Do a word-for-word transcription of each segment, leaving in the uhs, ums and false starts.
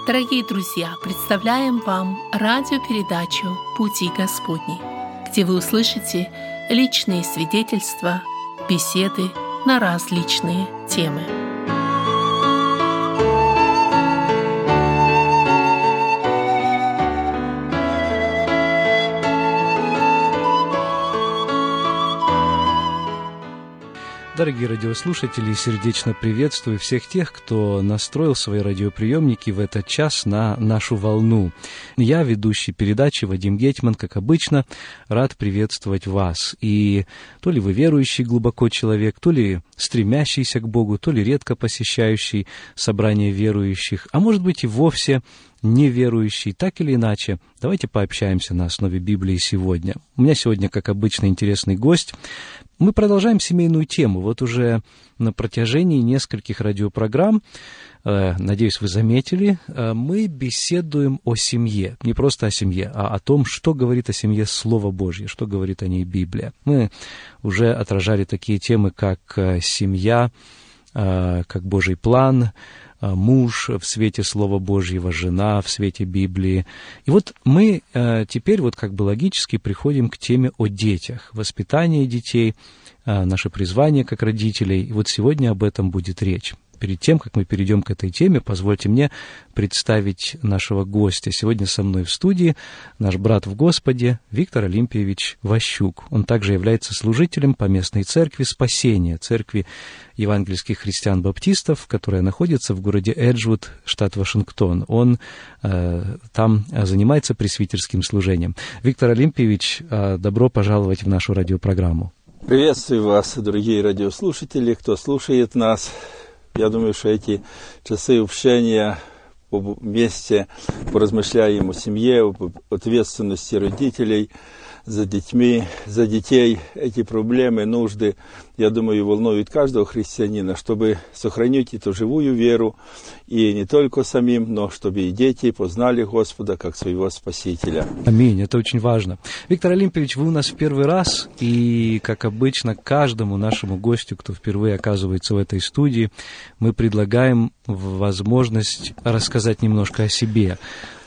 Дорогие друзья, представляем вам радиопередачу «Пути Господни», где вы услышите личные свидетельства, беседы на различные темы. Дорогие радиослушатели, сердечно приветствую всех тех, кто настроил свои радиоприемники в этот час на нашу волну. Я, ведущий передачи Вадим Гетман, как обычно, рад приветствовать вас. И то ли вы верующий глубоко человек, то ли стремящийся к Богу, то ли редко посещающий собрания верующих, а может быть и вовсе неверующий. Так или иначе, давайте пообщаемся на основе Библии сегодня. У меня сегодня, как обычно, интересный гость. Мы продолжаем семейную тему. Вот уже на протяжении нескольких радиопрограмм, надеюсь, вы заметили, мы беседуем о семье. Не просто о семье, а о том, что говорит о семье Слово Божье, что говорит о ней Библия. Мы уже отражали такие темы, как семья, как Божий план, муж в свете Слова Божьего, жена в свете Библии. И вот мы э, теперь вот как бы логически приходим к теме о детях, воспитании детей, э, наше призвание как родителей. И вот сегодня об этом будет речь. Перед тем, как мы перейдем к этой теме, позвольте мне представить нашего гостя. Сегодня со мной в студии наш брат в Господе Виктор Олимпиевич Ващук. Он также является служителем поместной церкви Спасения, церкви евангельских христиан-баптистов, которая находится в городе Эджвуд, штат Вашингтон. Он э, там занимается пресвитерским служением. Виктор Олимпиевич, э, добро пожаловать в нашу радиопрограмму. Приветствую вас, дорогие радиослушатели, кто слушает нас. Я думаю, что эти часы общения вместе поразмышляем о семье, об ответственности родителей за детьми, за детей. Эти проблемы, нужды, я думаю, волнуют каждого христианина, чтобы сохранить эту живую веру, и не только самим, но чтобы и дети познали Господа как своего Спасителя. Аминь, это очень важно. Виктор Олимпиевич, вы у нас в первый раз, и, как обычно, каждому нашему гостю, кто впервые оказывается в этой студии, мы предлагаем возможность рассказать немножко о себе.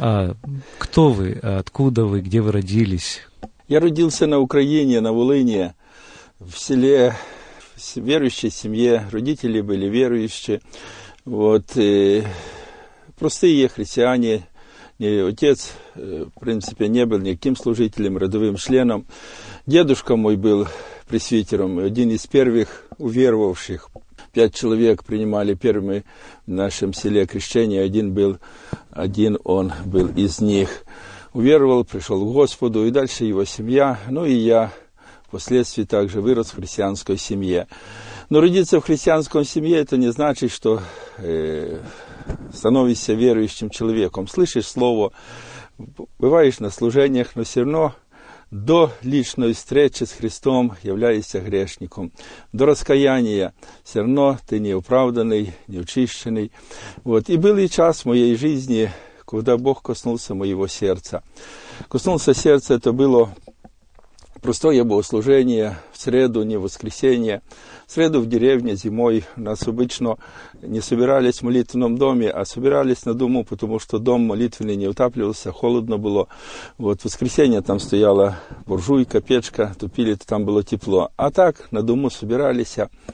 Кто вы, откуда вы, где вы родились? Я родился на Украине, на Волыне, в селе, в верующей семье. Родители были верующие. Вот, и простые христиане. Отец, в принципе, не был никаким служителем, родовым членом. Дедушка мой был пресвитером, один из первых уверовавших. Пять человек принимали первыми в нашем селе крещение. Один был, один он был из них. Уверовал, пришел к Господу, и дальше его семья, ну и я впоследствии также вырос в христианской семье. Но родиться в христианской семье, это не значит, что э, становишься верующим человеком. Слышишь слово, бываешь на служениях, но все равно до личной встречи с Христом являешься грешником. До раскаяния все равно ты не оправданный, не очищенный. Вот. И был и час в моей жизни, когда Бог коснулся моего сердца. Коснулся сердца, это было простое богослужение в среду, не в воскресенье. В среду в деревне зимой нас обычно не собирались в молитвенном доме, а собирались на дому, потому что дом молитвенный не утапливался, холодно было. Вот в воскресенье там стояла буржуйка, печка, топили, там было тепло. А так на дому собирались.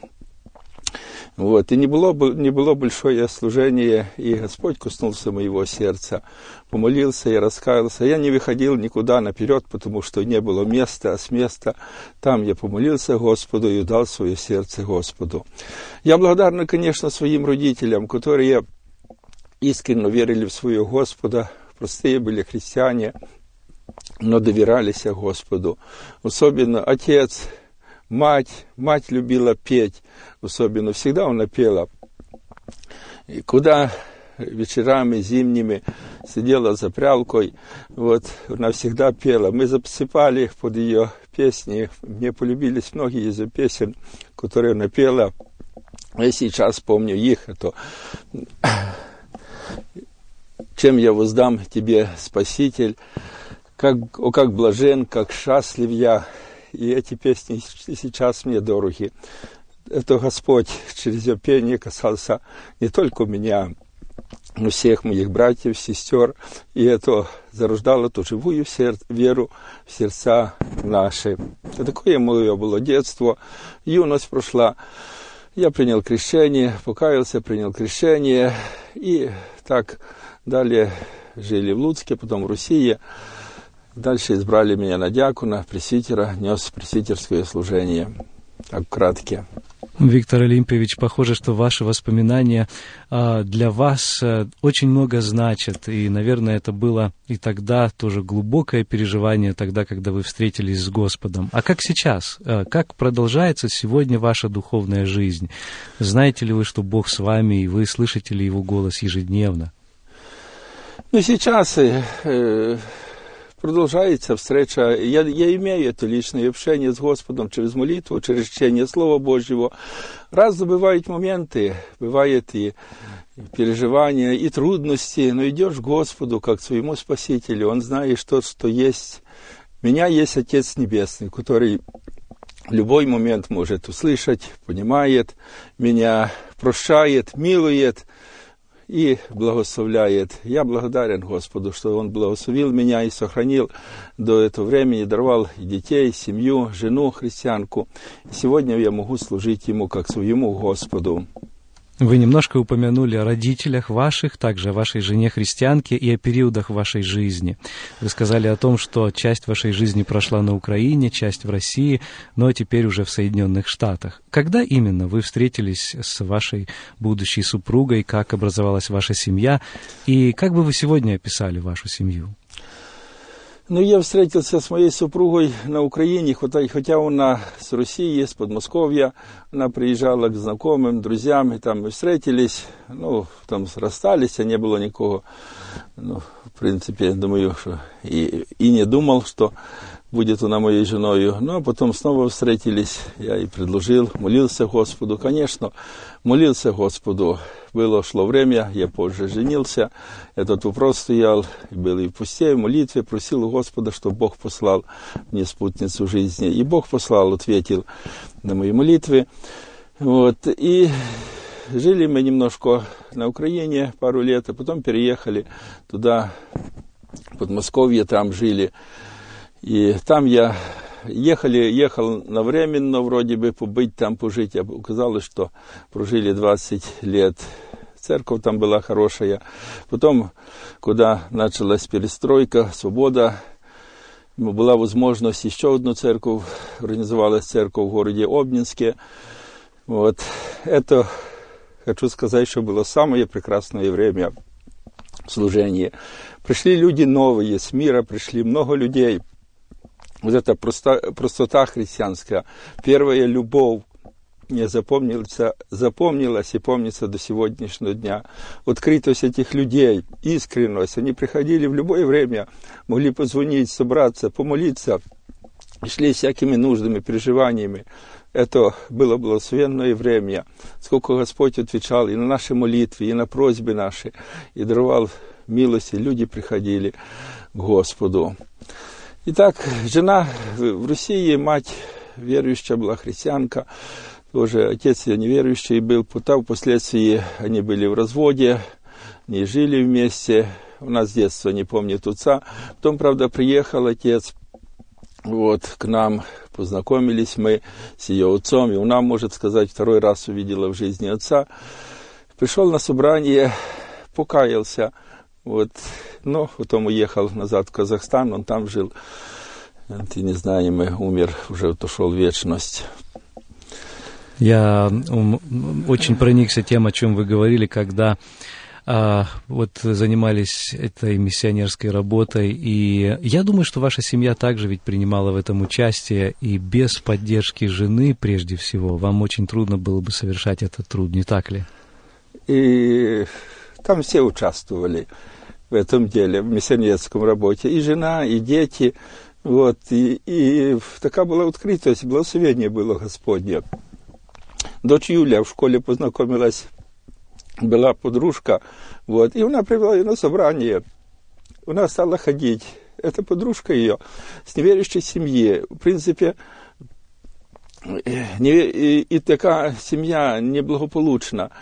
Вот. И не было, не было большое служение, и Господь коснулся моего сердца. Помолился, я раскаялся. Я не выходил никуда наперед, потому что не было места, а с места там я помолился Господу и дал свое сердце Господу. Я благодарен, конечно, своим родителям, которые искренне верили в своего Господа, простые были христиане, но доверялись Господу. Особенно отец, Мать, мать любила петь, особенно всегда она пела. И куда вечерами зимними сидела за прялкой, вот, она всегда пела. Мы засыпали их под ее песни, мне полюбились многие из ее песен, которые она пела. Я сейчас помню их, это «Чем я воздам тебе, Спаситель, как, о, как блажен, как счастлив я». И эти песни сейчас мне дороги. Это Господь через ее пение касался не только меня, всех моих братьев, сестер, и это зарождало ту живую сер- веру в сердца наши. И такое мое было детство, юность прошла. Я принял крещение, покаялся, принял крещение, и так далее жили в Луцке, потом в Руси. Дальше избрали меня на диакона, пресвитера, нес пресвитерское служение. Так, кратко. Виктор Олимпиевич, похоже, что ваши воспоминания а, для вас а, очень много значат. И, наверное, это было и тогда тоже глубокое переживание, тогда, когда вы встретились с Господом. А как сейчас? А, как продолжается сегодня ваша духовная жизнь? Знаете ли вы, что Бог с вами, и вы слышите ли Его голос ежедневно? Ну, сейчас... Э, Продолжается встреча. Я, я имею это личное общение с Господом через молитву, через чтение Слова Божьего. Раз бывают моменты, бывают и переживания, и трудности, но идешь к Господу, как к своему Спасителю. Он знает, что, что есть. У меня есть Отец Небесный, который в любой момент может услышать, понимает меня, прощает, милует и благословляет. Я благодарен Господу, что Он благословил меня и сохранил до этого времени, даровал и детей, семью, жену, христианку. Сегодня я могу служить Ему как своему Господу. Вы немножко упомянули о родителях ваших, также о вашей жене христианке и о периодах вашей жизни. Вы сказали о том, что часть вашей жизни прошла на Украине, часть в России, но теперь уже в Соединенных Штатах. Когда именно вы встретились с вашей будущей супругой, как образовалась ваша семья, и как бы вы сегодня описали вашу семью? Ну, я встретился с моей супругой на Украине, хотя, хотя она с России, с Подмосковья. Она приезжала к знакомым, друзьям, и там мы встретились. Ну, там расстались, а не было никого. Ну, в принципе, думаю, что и, и не думал, что будет она моей женой. Ну, а потом снова встретились. Я и предложил, молился Господу. Конечно, молился Господу. Было, шло время, я позже женился. Этот вопрос стоял, был и в посте, в молитве, просил у Господа, чтобы Бог послал мне спутницу жизни. И Бог послал, ответил на мои молитвы. Вот. И жили мы немножко на Украине пару лет, а потом переехали туда, в Подмосковье, там жили. И там я ехали, ехал на временно, вроде бы, побыть там, пожить. Оказалось, что прожили двадцать лет. Церковь там была хорошая. Потом, когда началась перестройка, свобода, была возможность еще одну церковь, организовалась церковь в городе Обнинске. Вот. Это, хочу сказать, что было самое прекрасное время служения. Пришли люди новые, с мира пришли много людей. Вот эта простота, простота христианская, первая любовь мне запомнилась, запомнилась и помнится до сегодняшнего дня. Открытость этих людей, искренность. Они приходили в любое время, могли позвонить, собраться, помолиться, шли всякими нуждами, переживаниями. Это было благословенное время. Сколько Господь отвечал и на наши молитвы, и на просьбы наши, и даровал милости. Люди приходили к Господу. Итак, жена в России, мать верующая была, христианка, тоже отец ее неверующий был, потом впоследствии они были в разводе, не жили вместе, у нас с детства не помнит отца. Потом, правда, приехал отец вот, к нам, познакомились мы с ее отцом, и она, может сказать, второй раз увидела в жизни отца. Пришел на собрание, покаялся. Вот, но потом уехал назад в Казахстан, он там жил, и не знаю, мы умер, уже отошел в вечность. Я очень проникся тем, о чем вы говорили, когда а, вот занимались этой миссионерской работой, и я думаю, что ваша семья также ведь принимала в этом участие, и без поддержки жены, прежде всего, вам очень трудно было бы совершать этот труд, не так ли? И там все участвовали в этом деле, в миссионерском работе, и жена, и дети, вот, и, и такая была открытость, благословение было Господне. Дочь Юля в школе познакомилась, была подружка, вот, и она привела ее на собрание, она стала ходить, это подружка ее, с неверующей семьи, в принципе, и, и, и такая семья неблагополучна.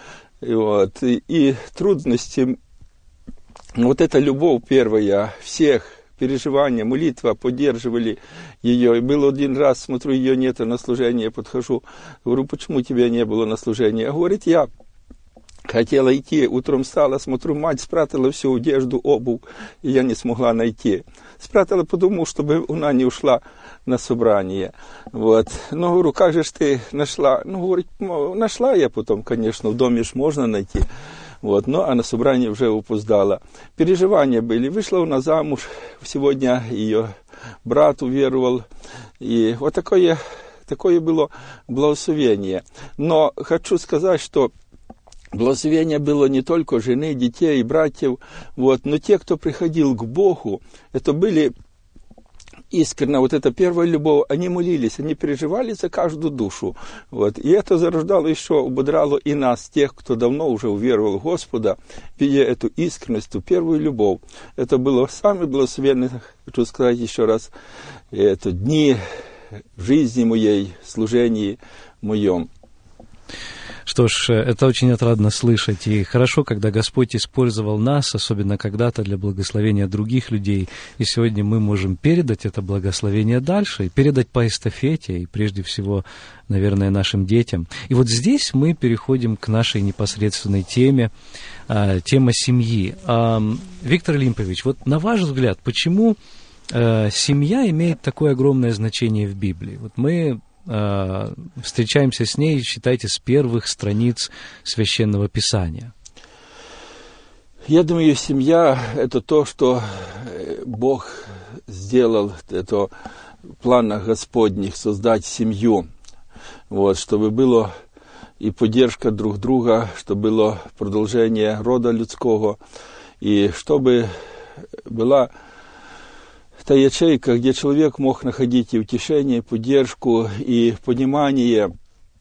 Вот, и, и трудности, вот эта любовь первая всех, переживания, молитва, поддерживали ее. И был один раз, смотрю, ее нет на служении, подхожу, говорю, почему тебя не было на служении? А говорит, я хотела идти, утром встала, смотрю, мать спрятала всю одежду, обувь, и я не смогла найти. Спрятала по дому, чтобы она не ушла на собрание. Вот. Ну, говорю, как же ж ты нашла? Ну, говорит, нашла я потом, конечно, в доме ж можно найти. Вот, но а на собрание уже опоздала. Переживания были. Вышла она замуж, сегодня ее брат уверовал. И вот такое, такое было благословение. Но хочу сказать, что благословение было не только жены, детей, братьев, вот, но те, кто приходил к Богу, это были искренне, вот эта первая любовь, они молились, они переживали за каждую душу. Вот. И это зарождало еще, ободрало и нас, тех, кто давно уже уверовал в Господа, видя эту искренность, эту первую любовь. Это было самое благословенное, хочу сказать еще раз, это дни в жизни моей, в служении моем. Что ж, это очень отрадно слышать, и хорошо, когда Господь использовал нас, особенно когда-то для благословения других людей, и сегодня мы можем передать это благословение дальше, и передать по эстафете, и прежде всего, наверное, нашим детям. И вот здесь мы переходим к нашей непосредственной теме, тема семьи. Виктор Олимпович, вот на ваш взгляд, почему семья имеет такое огромное значение в Библии? Вот мы встречаемся с ней, считайте, с первых страниц Священного Писания. Я думаю, семья – это то, что Бог сделал, это в планах Господних, создать семью, вот, чтобы было и поддержка друг друга, чтобы было продолжение рода людского, и чтобы была та ячейка, где человек мог находить и утешение, и поддержку, и понимание.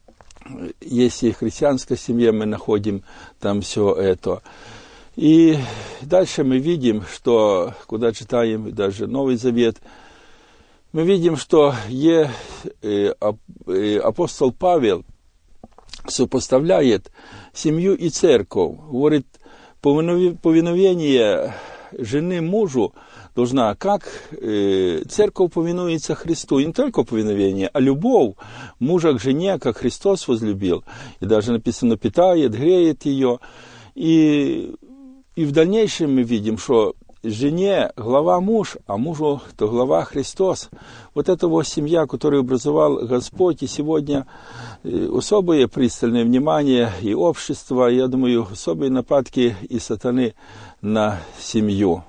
Если в христианской семье мы находим там все это. И дальше мы видим, что, куда читаем даже Новый Завет, мы видим, что е, э, э, апостол Павел сопоставляет семью и церковь. Говорит, повиновение жены мужу должна, как э, церковь повинуется Христу, и не только повиновение, а любовь мужа к жене, как Христос возлюбил. И даже написано, питает, греет ее. И, и в дальнейшем мы видим, что жене глава муж, а мужу то глава Христос. Вот это вот семья, которую образовал Господь, и сегодня особое пристальное внимание и общество, я думаю, особые нападки и сатаны на семью.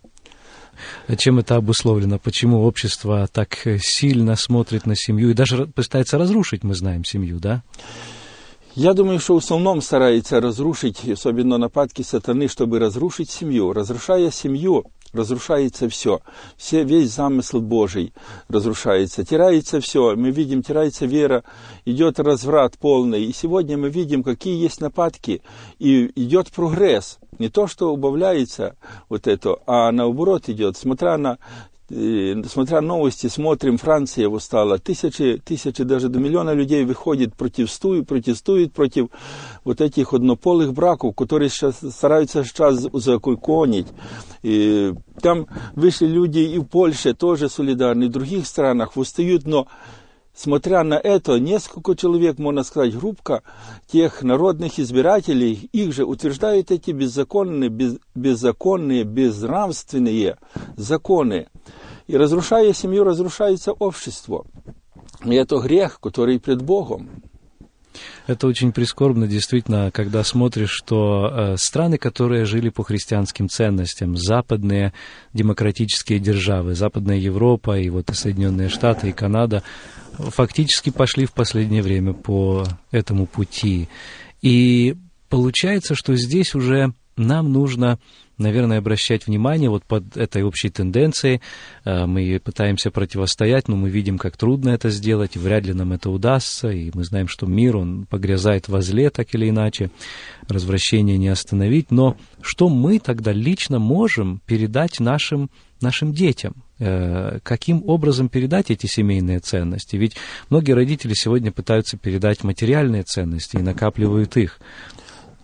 Чем это обусловлено? Почему общество так сильно смотрит на семью и даже пытается разрушить, мы знаем, семью, да? Я думаю, что в основном старается разрушить, особенно нападки сатаны, чтобы разрушить семью. Разрушая семью, разрушается все. все. Весь замысел Божий разрушается. Теряется все. Мы видим, теряется вера, идет разврат полный. И сегодня мы видим, какие есть нападки. И идет прогресс. Не то, что убавляется вот это, а наоборот идет. Смотря на Смотря новости, смотрим, Франция восстала, тысячи, тысячи, даже до миллиона людей выходит, протестуют, протестуют против вот этих однополых браков, которые сейчас стараются сейчас узаконить. И там вышли люди и в Польше тоже солидарны, и в других странах восстают, но смотря на это, несколько человек, можно сказать, группка тех народных избирателей, их же утверждают эти беззаконные, без, беззаконные, безнравственные законы. И разрушая семью, разрушается общество. И это грех, который пред Богом. Это очень прискорбно, действительно, когда смотришь, что э, страны, которые жили по христианским ценностям, западные демократические державы, Западная Европа, и вот и Соединенные Штаты, и Канада, фактически пошли в последнее время по этому пути. И получается, что здесь уже нам нужно, наверное, обращать внимание вот под этой общей тенденцией. Мы пытаемся противостоять, но мы видим, как трудно это сделать, и вряд ли нам это удастся, и мы знаем, что мир, он погрязает во зле, так или иначе, развращение не остановить. Но что мы тогда лично можем передать нашим, нашим детям? Каким образом передать эти семейные ценности? Ведь многие родители сегодня пытаются передать материальные ценности и накапливают их.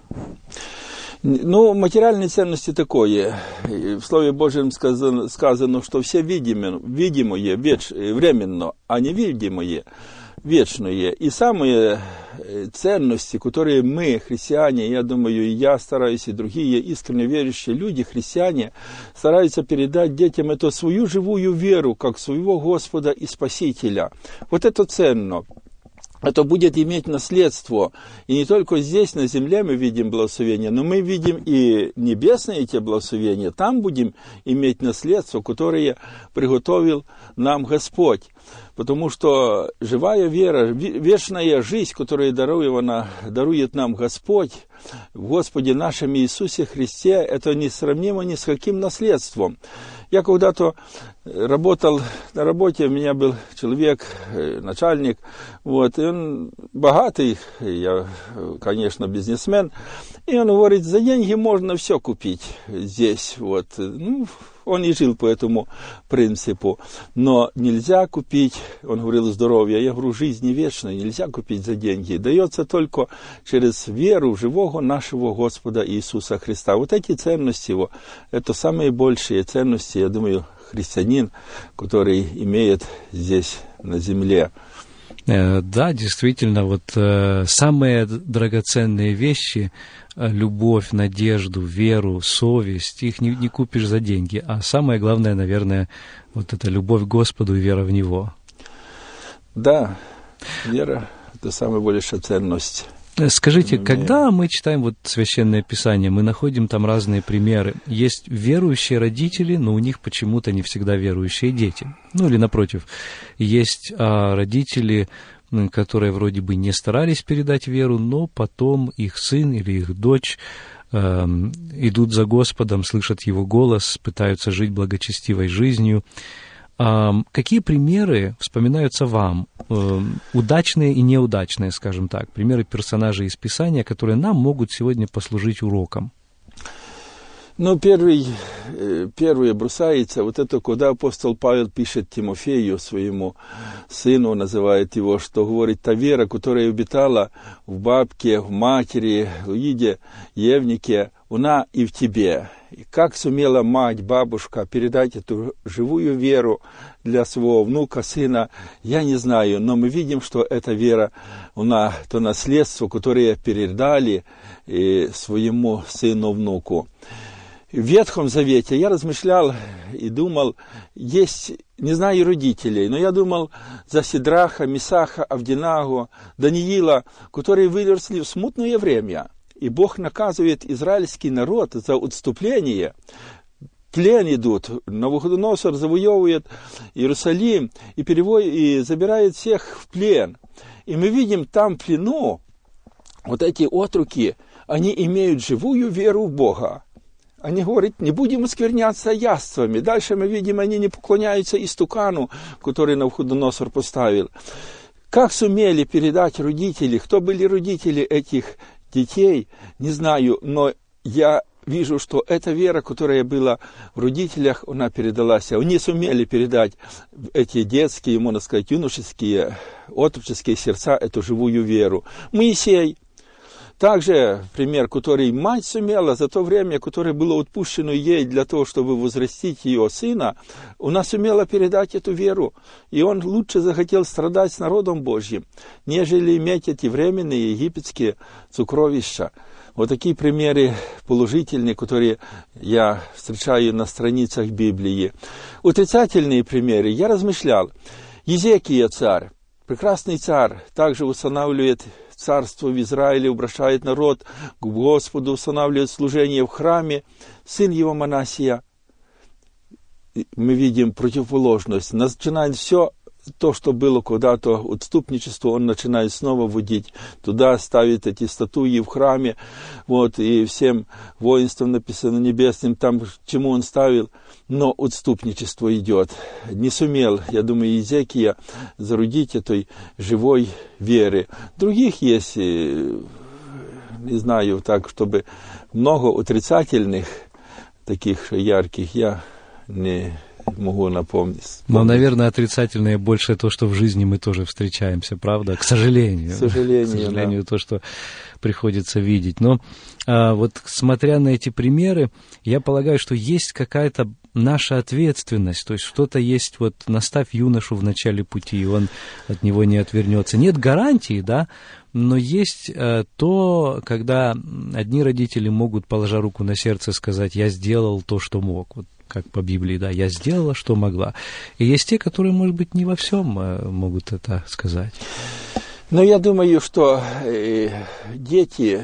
Ну, материальные ценности такое. В Слове Божьем сказано, сказано что все видимое, видимое веч, временно, а невидимое вечное. И самые ценности, которые мы, христиане, я думаю, и я стараюсь, и другие искренне верующие люди, христиане, стараются передать детям эту свою живую веру, как своего Господа и Спасителя. Вот это ценно. Это будет иметь наследство. И не только здесь, на земле, мы видим благословения, но мы видим и небесные эти благословения. Там будем иметь наследство, которое приготовил нам Господь. Потому что живая вера, вечная жизнь, которую дарует, дарует нам Господь, в Господе нашем Иисусе Христе, это несравнимо ни с каким наследством. Я когда-то работал на работе, у меня был человек, начальник, вот, и он богатый, я, конечно, бизнесмен, и он говорит, за деньги можно все купить здесь, вот, ну, он и жил по этому принципу, но нельзя купить, он говорил, здоровье, я говорю, жизнь не вечная, нельзя купить за деньги, дается только через веру в живого нашего Господа Иисуса Христа. Вот эти ценности его, это самые большие ценности, я думаю, христианин, который имеет здесь на земле. Да, действительно, вот э, самые драгоценные вещи, любовь, надежду, веру, совесть, их не, не купишь за деньги. А самое главное, наверное, вот это любовь к Господу и вера в Него. Да, вера – это самая большая ценность. Скажите, когда мы читаем вот Священное Писание, мы находим там разные примеры. Есть верующие родители, но у них почему-то не всегда верующие дети. Ну или напротив, есть а, родители, которые вроде бы не старались передать веру, но потом их сын или их дочь э, идут за Господом, слышат Его голос, пытаются жить благочестивой жизнью. А какие примеры вспоминаются вам, э, удачные и неудачные, скажем так, примеры персонажей из Писания, которые нам могут сегодня послужить уроком? Ну, первый, первое бросается, вот это, когда апостол Павел пишет Тимофею, своему сыну, называет его, что говорит, та вера, которая обитала в бабке, в матери, в Луиде, Евнике, она и в тебе. И как сумела мать, бабушка передать эту живую веру для своего внука, сына, я не знаю, но мы видим, что эта вера, она, то наследство, которое передали и своему сыну, внуку. В Ветхом Завете я размышлял и думал, есть, не знаю родителей, но я думал за Сидраха, Месаха, Авдинаго, Даниила, которые выросли в смутное время. И Бог наказывает израильский народ за отступление. Плен идут, Навуходоносор завоевывает Иерусалим и, переводит, и забирает всех в плен. И мы видим там в плену, вот эти отроки, они имеют живую веру в Бога. Они говорят, не будем оскверняться яствами. Дальше мы видим, они не поклоняются истукану, который Навуходоносор поставил. Как сумели передать родители, кто были родители этих детей, не знаю, но я вижу, что эта вера, которая была в родителях, она передалась. Они сумели передать эти детские, можно сказать, юношеские, отроческие сердца, эту живую веру. Моисей. Также пример, который мать сумела за то время, которое было отпущено ей для того, чтобы возрастить ее сына, она сумела передать эту веру. И он лучше захотел страдать с народом Божьим, нежели иметь эти временные египетские сокровища. Вот такие примеры положительные, которые я встречаю на страницах Библии. Отрицательные примеры я размышлял. Езекия царь, прекрасный царь, также устанавливает царство в Израиле, обращает народ к Господу, устанавливает служение в храме. Сын его Манассия, мы видим противоположность. Начинает все то, что было когда-то отступничество, он начинает снова вводить. Туда ставит эти статуи в храме, вот, и всем воинствам написано небесным, там, чему он ставил. Но отступничество идет. Не сумел, я думаю, Иезекия зародить этой живой веры. Других есть, не знаю, так, чтобы много отрицательных, таких ярких, я не могу напомнить. Но, наверное, отрицательное больше то, что в жизни мы тоже встречаемся, правда? К сожалению. К сожалению, К сожалению, да. то, что приходится видеть. Но а, вот смотря на эти примеры, я полагаю, что есть какая-то наша ответственность, то есть что-то есть, вот наставь юношу в начале пути, и он от него не отвернется. Нет гарантии, да, но есть э, то, когда одни родители могут, положа руку на сердце, сказать: я сделал то, что мог, вот как по Библии, да, я сделала, что могла. И есть те, которые, может быть, не во всем э, могут это сказать. Но я думаю, что э, дети,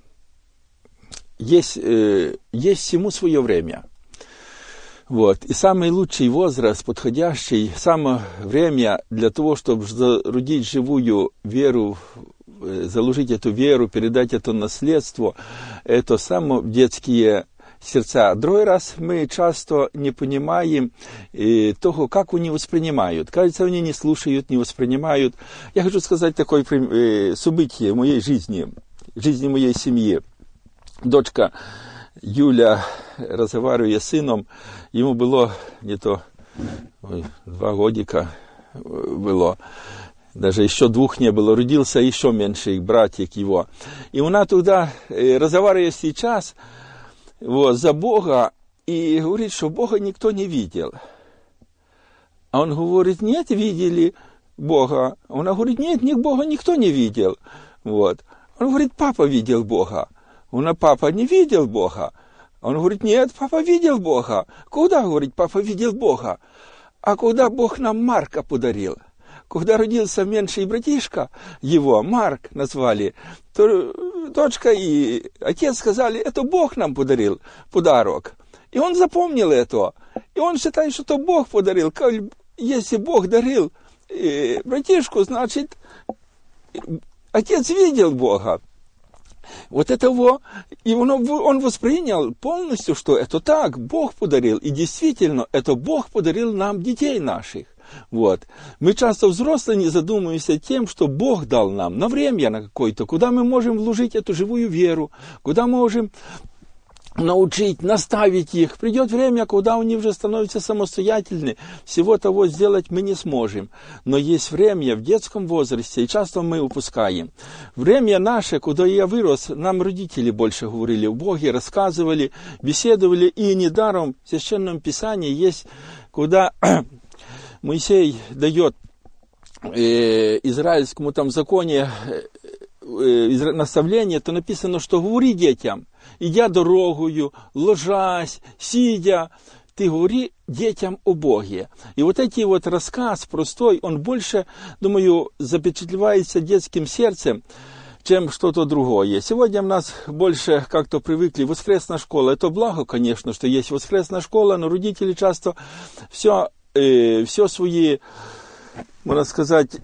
есть, э, есть всему свое время. Вот. И самый лучший возраст, подходящий, самое время для того, чтобы зародить живую веру, заложить эту веру, передать это наследство, это самые детские сердца. Другой раз мы часто не понимаем э, того, как они воспринимают. Кажется, они не слушают, не воспринимают. Я хочу сказать такое э, событие в моей жизни, в жизни моей семьи. Дочка Юля разговаривая с сыном, ему было не то ой, два годика было, даже еще двух не было, родился еще меньший братик его. И она туда, разговаривая сейчас вот, за Бога, и говорит, что Бога никто не видел. А он говорит: нет, видели Бога. Она говорит: нет, Бога никто не видел. Вот. Он говорит: папа видел Бога. Он: папа не видел Бога. Он говорит: нет, папа видел Бога. Куда, говорит, папа видел Бога? А когда Бог нам Марка подарил, когда родился меньший братишка его, Марк назвали, то дочка и отец сказали: это Бог нам подарил подарок. И он запомнил это. И он считает, что это Бог подарил. Если Бог дарил братишку, значит, отец видел Бога. Вот этого, и он, он воспринял полностью, что это так, Бог подарил. И действительно, это Бог подарил нам детей наших. Вот. Мы часто взрослые не задумываемся тем, что Бог дал нам на время на какое-то, куда мы можем вложить эту живую веру, куда мы можем научить, наставить их. Придет время, когда они уже становятся самостоятельны. Всего того сделать мы не сможем. Но есть время в детском возрасте, и часто мы упускаем. Время наше, куда я вырос, нам родители больше говорили о Боге, рассказывали, беседовали. И недаром в Священном Писании есть, куда Моисей дает э, израильскому там законе э, наставление, то написано, что говори детям, идя дорогою, ложась, сидя, ты говори детям о Боге. И вот эти вот рассказ простой, он больше, думаю, запечатлевается детским сердцем, чем что-то другое. Сегодня у нас больше как-то привыкли воскресная школа. Это благо, конечно, что есть воскресная школа, но родители часто все, э, все свои, можно сказать,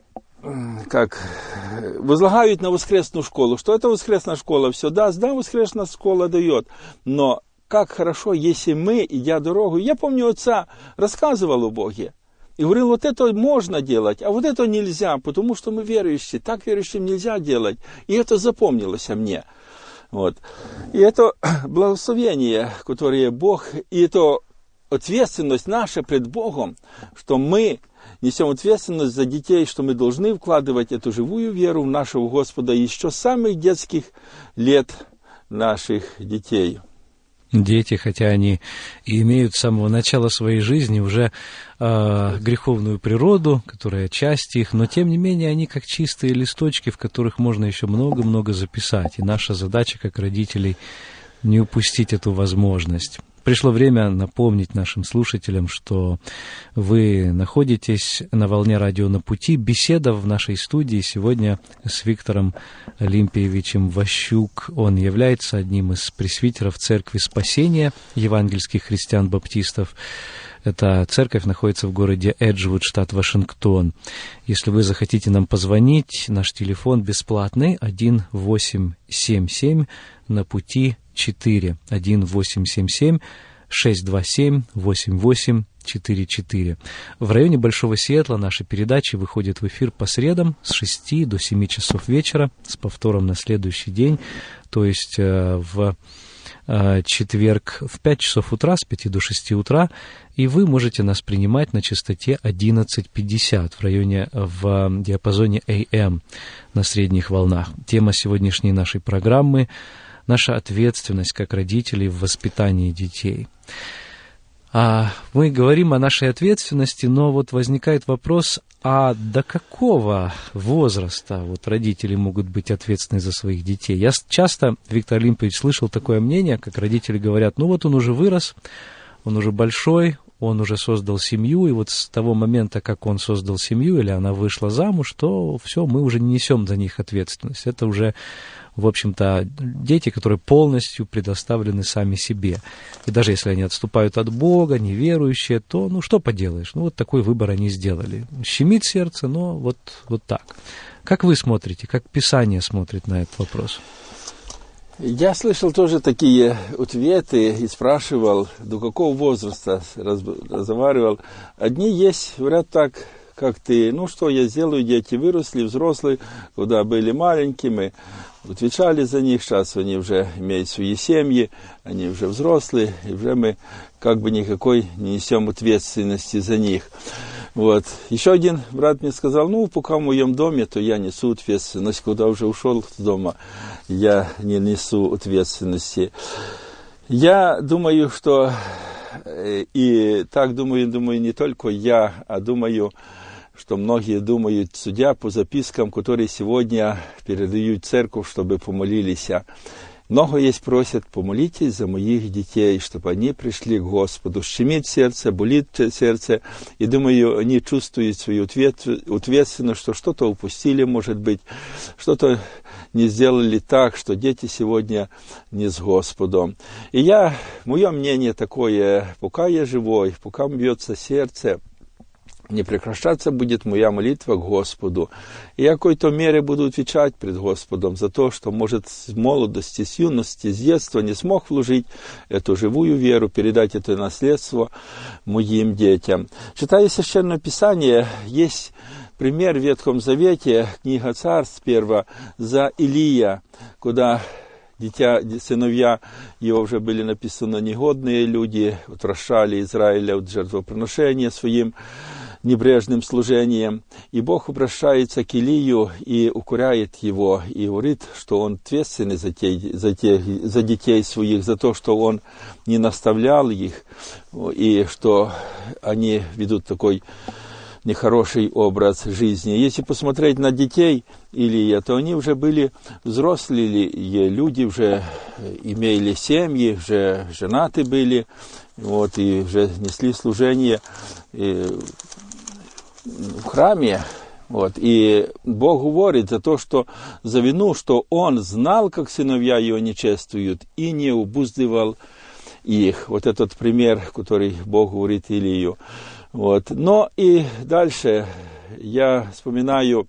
как возлагают на воскресную школу. Что это воскресная школа все даст? Да, воскресная школа дает. Но как хорошо, если мы, идя дорогу... Я помню, отца рассказывал о Боге. И говорил, вот это можно делать, а вот это нельзя, потому что мы верующие. Так верующим нельзя делать. И это запомнилось мне. Вот. И это благословение, которое Бог... И это ответственность наша пред Богом, что мы... несем ответственность за детей, что мы должны вкладывать эту живую веру в нашего Господа еще с самых детских лет наших детей. Дети, хотя они и имеют с самого начала своей жизни уже э, греховную природу, которая часть их, но тем не менее они как чистые листочки, в которых можно еще много-много записать. И наша задача как родителей не упустить эту возможность. Пришло время напомнить нашим слушателям, что вы находитесь на волне радио «На пути». Беседа в нашей студии сегодня с Виктором Олимпиевичем Ващук. Он является одним из пресвитеров Церкви Спасения евангельских христиан-баптистов. Эта церковь находится в городе Эджвуд, штат Вашингтон. Если вы захотите нам позвонить, наш телефон бесплатный один восемь семь семь на пути четыре, один восемь семь семь шесть два семь восемь восемь четыре четыре. В районе Большого Сиэтла наши передачи выходят в эфир по средам с шести до семи часов вечера, с повтором на следующий день, то есть в четверг в пять часов утра, с пяти до шести утра, и вы можете нас принимать на частоте одиннадцать пятьдесят в районе, в диапазоне эй эм на средних волнах. Тема сегодняшней нашей программы — наша ответственность как родителей в воспитании детей. А мы говорим о нашей ответственности, но вот возникает вопрос, а до какого возраста вот родители могут быть ответственны за своих детей? Я часто, Виктор Олимпович, слышал такое мнение, как родители говорят, ну вот он уже вырос, он уже большой, он уже создал семью, и вот с того момента, как он создал семью или она вышла замуж, то все, мы уже не несем за них ответственность. Это уже, в общем-то, дети, которые полностью предоставлены сами себе. И даже если они отступают от Бога, неверующие, то, ну, что поделаешь? Ну, вот такой выбор они сделали. Щемит сердце, но вот, вот так. Как вы смотрите, как Писание смотрит на этот вопрос? Я слышал тоже такие ответы и спрашивал, до какого возраста разговаривал. Одни есть, говорят так, как ты, ну что я сделаю, дети выросли, взрослые, когда были маленькими, отвечали за них, сейчас они уже имеют свои семьи, они уже взрослые, и уже мы как бы никакой не несем ответственности за них. Вот. Еще один брат мне сказал, ну, пока в моем доме, то я несу ответственность, когда уже ушел с дома, я не несу ответственности. Я думаю, что, и так думаю, думаю не только я, а думаю, что многие думают, судя по запискам, которые сегодня передают в церковь, чтобы помолились. Много есть просят, помолитесь за моих детей, чтобы они пришли к Господу. Щемит сердце, болит сердце. И думаю, они чувствуют свою ответственность, что что-то упустили, может быть, что-то не сделали так, что дети сегодня не с Господом. И я, мое мнение такое, пока я живой, пока бьется сердце, не прекращаться будет моя молитва к Господу. И я в какой-то мере буду отвечать пред Господом за то, что, может, с молодости, с юности, с детства не смог вложить эту живую веру, передать это наследство моим детям. Читая Священное Писание, есть пример в Ветхом Завете, книга Царств первая, за Илия, куда дитя, сыновья его уже были написаны негодные люди, отвращали Израиля от жертвоприношения своим небрежным служением. И Бог обращается к Илию и укоряет его, и говорит, что он ответственный за, те, за, те, за детей своих, за то, что он не наставлял их, и что они ведут такой нехороший образ жизни. Если посмотреть на детей Илия, то они уже были взрослые люди, уже имели семьи, уже женаты были, вот, и уже несли служение и в храме. Вот. И Бог говорит за то, что за вину, что Он знал, как сыновья Его нечествуют, и не обуздывал их. Вот этот пример, который Бог говорит Илию. Вот. Но и дальше я вспоминаю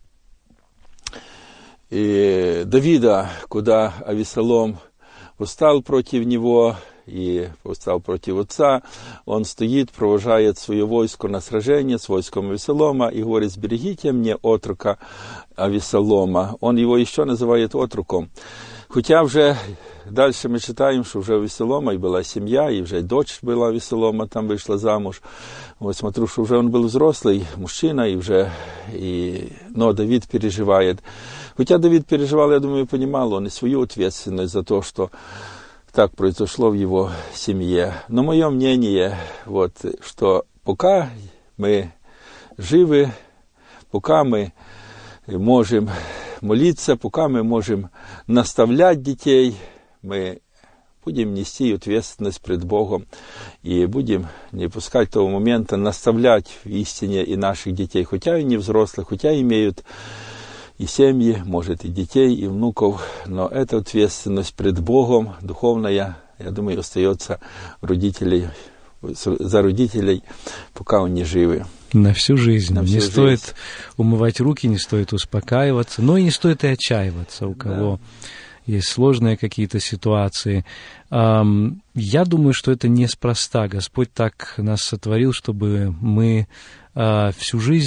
и Давида, куда Авесолом восстал против него и восстал против отца. Он стоит, провожает свое войско на сражение с войском Авесолома и говорит: «Сберегите мне отрока Авесолома». Он его еще называет отроком. Хотя уже дальше мы читаем, что уже у Авесолома и была семья, и уже дочь была Авесолома, там вышла замуж. Вот смотрю, что уже он был взрослый мужчина, и уже, и, но Давид переживает. Хотя Давид переживал, я думаю, понимал он и свою ответственность за то, что так произошло в его семье. Но мое мнение, вот, что пока мы живы, пока мы можем молиться, пока мы можем наставлять детей, мы будем нести ответственность пред Богом и будем не пускать того момента наставлять в истине и наших детей, хотя и не взрослых, хотя имеют и семьи, может, и детей, и внуков, но эта ответственность пред Богом духовная, я думаю, остается родителей, за родителей, пока они живы. На всю жизнь. На всю не жизнь. Стоит умывать руки, не стоит успокаиваться, но и не стоит и отчаиваться, у кого да. есть сложные какие-то ситуации. Я думаю, что это неспроста. Господь так нас сотворил, чтобы мы всю жизнь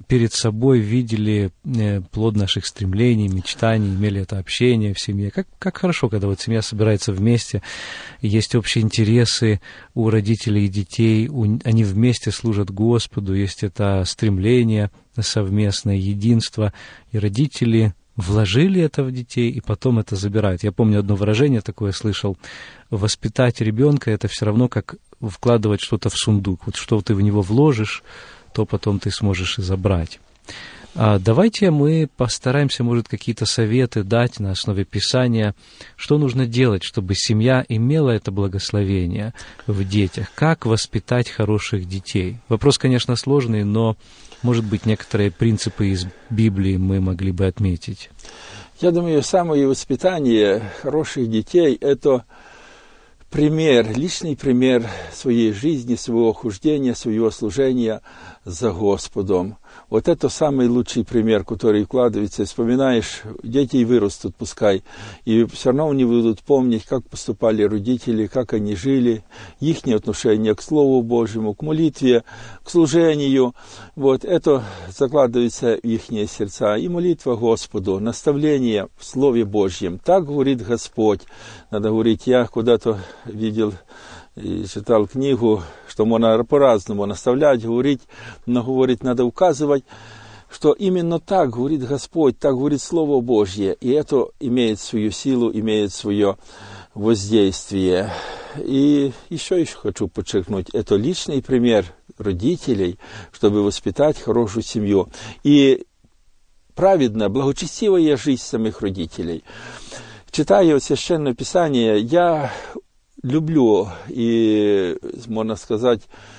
перед собой видели плод наших стремлений, мечтаний, имели это общение в семье. Как, как хорошо, когда вот семья собирается вместе, есть общие интересы у родителей и детей, у, они вместе служат Господу, есть это стремление совместное, единство, и родители вложили это в детей, и потом это забирают. Я помню одно выражение такое слышал: воспитать ребенка — это все равно как вкладывать что-то в сундук. Вот что ты в него вложишь, то потом ты сможешь и забрать. А давайте мы постараемся, может, какие-то советы дать на основе Писания, что нужно делать, чтобы семья имела это благословение в детях. Как воспитать хороших детей? Вопрос, конечно, сложный, но, может быть, некоторые принципы из Библии мы могли бы отметить. Я думаю, самое воспитание хороших детей – это пример, личный пример своей жизни, своего хождения, своего служения за Господом. Вот это самый лучший пример, который вкладывается. Вспоминаешь, дети и вырастут, пускай, и все равно они будут помнить, как поступали родители, как они жили, их отношение к Слову Божьему, к молитве, к служению. Вот это закладывается в их сердца. И молитва Господу, наставление в Слове Божьем. Так говорит Господь. Надо говорить, я куда-то видел и читал книгу, что можно по-разному наставлять, говорить, но говорить надо указывать, что именно так говорит Господь, так говорит Слово Божье, и это имеет свою силу, имеет свое воздействие. И еще еще хочу подчеркнуть, это личный пример родителей, чтобы воспитать хорошую семью. И праведная, благочестивая жизнь самих родителей. Читая Священное Писание, я люблю, и, можно сказать,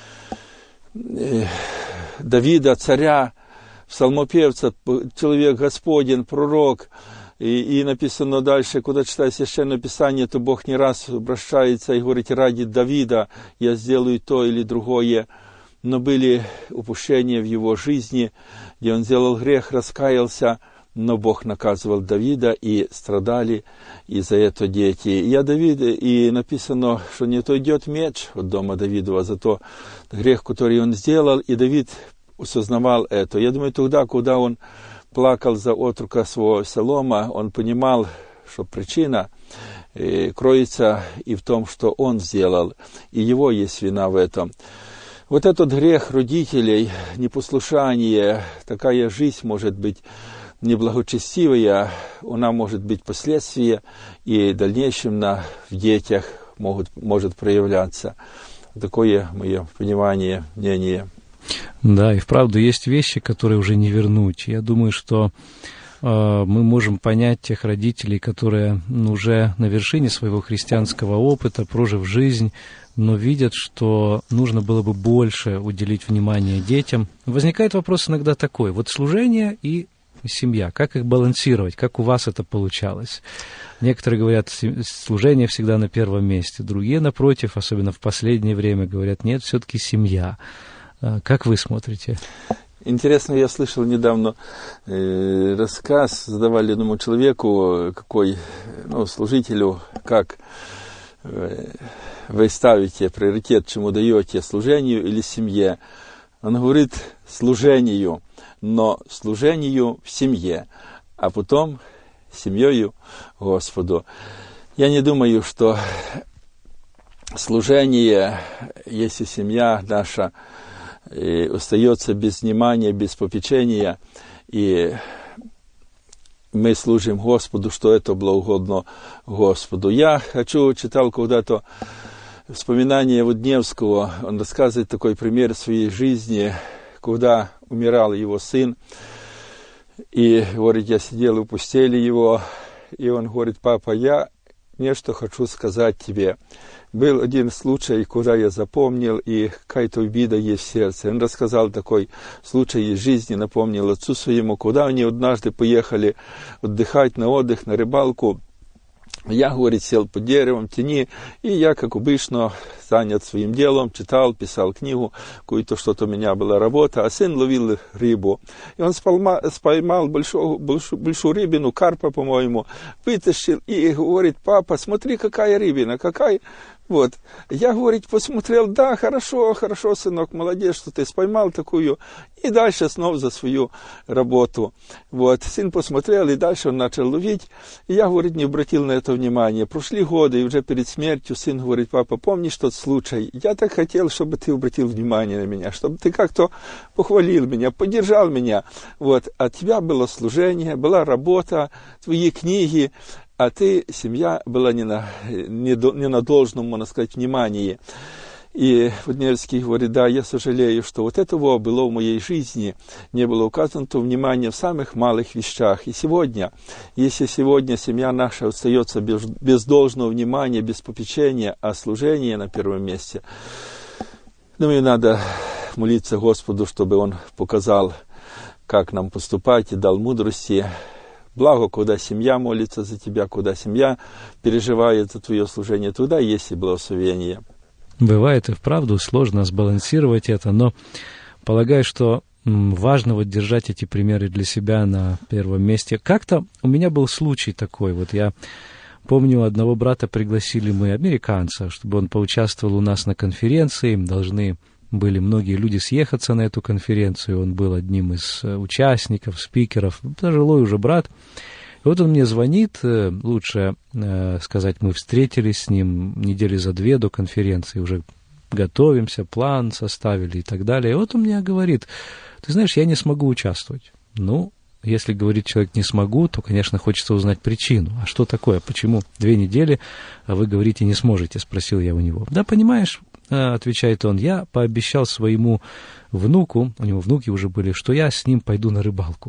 Давида, царя, псалмопевца, человек Господень, пророк. И, и написано дальше, когда читаю Священное Писание, то Бог не раз обращается и говорит: ради Давида я сделаю то или другое. Но были упущения в его жизни, где он сделал грех, раскаялся, но Бог наказывал Давида, и страдали из-за этого дети. Я Давид, и написано, что не то идет меч от дома Давидова за то грех, который он сделал, и Давид осознавал это. Я думаю, тогда, когда он плакал за отрока своего Солома, он понимал, что причина э, кроется и в том, что он сделал, и его есть вина в этом. Вот этот грех родителей, непослушание, такая жизнь может быть неблагочестивая, она может быть последствия, и в дальнейшем на, в детях могут, может проявляться. Такое мое понимание, мнение. Да, и вправду есть вещи, которые уже не вернуть. Я думаю, что э, мы можем понять тех родителей, которые ну, уже на вершине своего христианского опыта, прожив жизнь, но видят, что нужно было бы больше уделить внимание детям. Возникает вопрос иногда такой: вот служение и семья, как их балансировать, как у вас это получалось? Некоторые говорят, служение всегда на первом месте, другие, напротив, особенно в последнее время, говорят, нет, все-таки семья. Как вы смотрите? Интересно, я слышал недавно э, рассказ, задавали одному человеку, какой, ну, служителю, как э, вы ставите приоритет, чему даете, служению или семье. Он говорит, служению, но служению в семье, а потом семьёю Господу. Я не думаю, что служение, если семья наша и остается без внимания, без попечения, и мы служим Господу, что это благоугодно Господу. Я хочу, читал когда-то вспоминание Водневского, он рассказывает такой пример своей жизни, когда умирал его сын, и, говорит, я сидел у постели его, и он говорит, папа, я нечто хочу сказать тебе. Был один случай, куда я запомнил, и какая-то обида есть в сердце. Он рассказал такой случай из жизни, напомнил отцу своему, куда они однажды поехали отдыхать на отдых, на рыбалку. Я, говорит, сел под деревом, в тени, и я, как обычно, занят своим делом, читал, писал книгу, какую-то что-то у меня была работа, а сын ловил рыбу. И он споймал, споймал большую, большую, большую рыбину, карпа, по-моему, вытащил и говорит, папа, смотри, какая рыбина, какая Вот. Я, говорит, посмотрел, да, хорошо, хорошо, сынок, молодец, что ты споймал такую. И дальше снова за свою работу. Вот. Сын посмотрел, и дальше он начал ловить. И я, говорит, не обратил на это внимания. Прошли годы, и уже перед смертью сын говорит, папа, помнишь тот случай? Я так хотел, чтобы ты обратил внимание на меня, чтобы ты как-то похвалил меня, поддержал меня. Вот. А у тебя было служение, была работа, твои книги. А ты, семья была не на, не, до, не на должном, можно сказать, внимании. И Водневский говорит, да, я сожалею, что вот этого было в моей жизни, не было указано то внимание в самых малых вещах. И сегодня, если сегодня семья наша остается без, без должного внимания, без попечения, а служение на первом месте, думаю, надо молиться Господу, чтобы Он показал, как нам поступать, и дал мудрости. Благо, когда семья молится за тебя, когда семья переживает за твое служение, туда есть и благословение. Бывает и вправду сложно сбалансировать это, но полагаю, что важно вот держать эти примеры для себя на первом месте. Как-то у меня был случай такой, вот я помню, одного брата пригласили мы, американца, чтобы он поучаствовал у нас на конференции, должны были многие люди съехаться на эту конференцию, он был одним из участников, спикеров, пожилой уже брат. И вот он мне звонит, лучше э, сказать, мы встретились с ним недели за две до конференции, уже готовимся, план составили и так далее. И вот он мне говорит, ты знаешь, я не смогу участвовать. Ну, если говорит человек не смогу, то, конечно, хочется узнать причину. А что такое, почему две недели, а вы говорите не сможете, спросил я у него. Да, понимаешь, отвечает он, я пообещал своему внуку, у него внуки уже были, что я с ним пойду на рыбалку.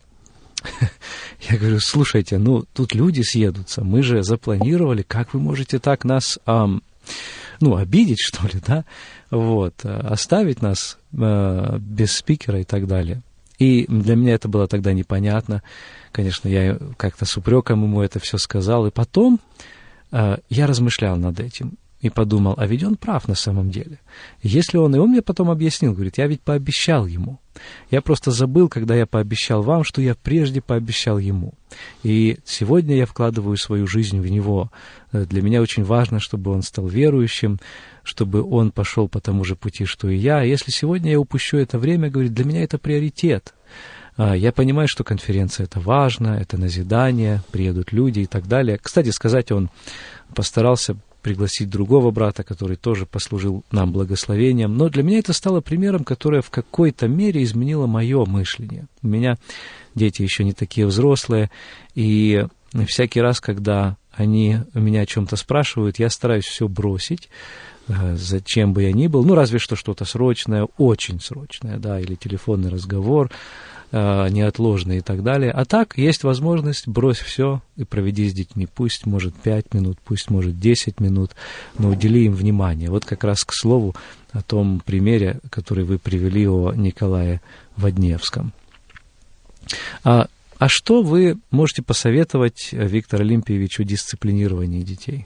Я говорю, слушайте, ну, тут люди съедутся, мы же запланировали, как вы можете так нас, ам, ну, обидеть, что ли, да, вот, оставить нас а, без спикера и так далее. И для меня это было тогда непонятно, конечно, я как-то с упреком ему это все сказал, и потом а, я размышлял над этим. И подумал, а ведь он прав на самом деле. Если он, и он мне потом объяснил, говорит, я ведь пообещал ему. Я просто забыл, когда я пообещал вам, что я прежде пообещал ему. И сегодня я вкладываю свою жизнь в него. Для меня очень важно, чтобы он стал верующим, чтобы он пошел по тому же пути, что и я. Если сегодня я упущу это время, говорит, для меня это приоритет. Я понимаю, что конференция — это важно, это назидание, приедут люди и так далее. Кстати сказать, он постарался пригласить другого брата, который тоже послужил нам благословением. Но для меня это стало примером, которое в какой-то мере изменило мое мышление. У меня дети еще не такие взрослые, и всякий раз, когда они меня о чем-то спрашивают, я стараюсь все бросить, зачем бы я ни был, ну, разве что что-то срочное, очень срочное, да, или телефонный разговор, неотложные и так далее. А так есть возможность, брось все и проведи с детьми. Пусть может пять минут, пусть может десять минут, но удели им внимание. Вот как раз к слову о том примере, который вы привели о Николае Водневском. А, а что вы можете посоветовать Виктору Олимпиевичу дисциплинировании детей?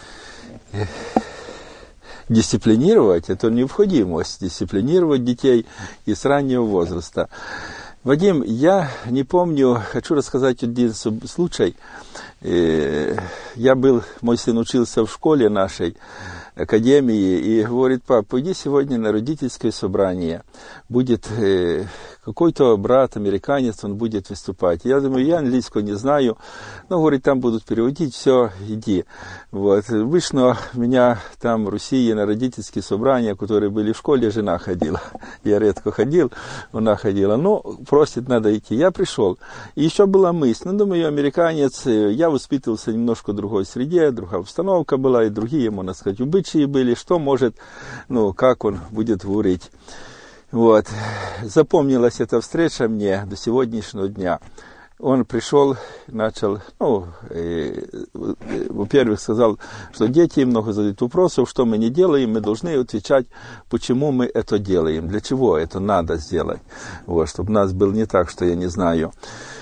Дисциплинировать – это необходимость. Дисциплинировать детей и с раннего возраста. Вадим, я не помню, хочу рассказать один случай. Я был, мой сын учился в школе нашей, академии, и говорит, пап, пойди сегодня на родительское собрание. Будет какой-то брат, американец, он будет выступать. Я думаю, я английского не знаю, но, говорит, там будут переводить, все, иди. Вот. Вышло меня там в России на родительские собрания, которые были в школе, жена ходила. Я редко ходил, она ходила. Но просит, надо идти. Я пришел. И еще была мысль, ну, думаю, американец, я воспитывался немножко в другой среде, другая обстановка была, и другие, можно сказать, обычаи были, что может, ну, как он будет говорить. Вот. Запомнилась эта встреча мне до сегодняшнего дня. Он пришел, начал, ну, э, э, во-первых, сказал, что дети много задают вопросов, что мы не делаем, мы должны отвечать, почему мы это делаем, для чего это надо сделать, вот, чтобы у нас было не так, что я не знаю.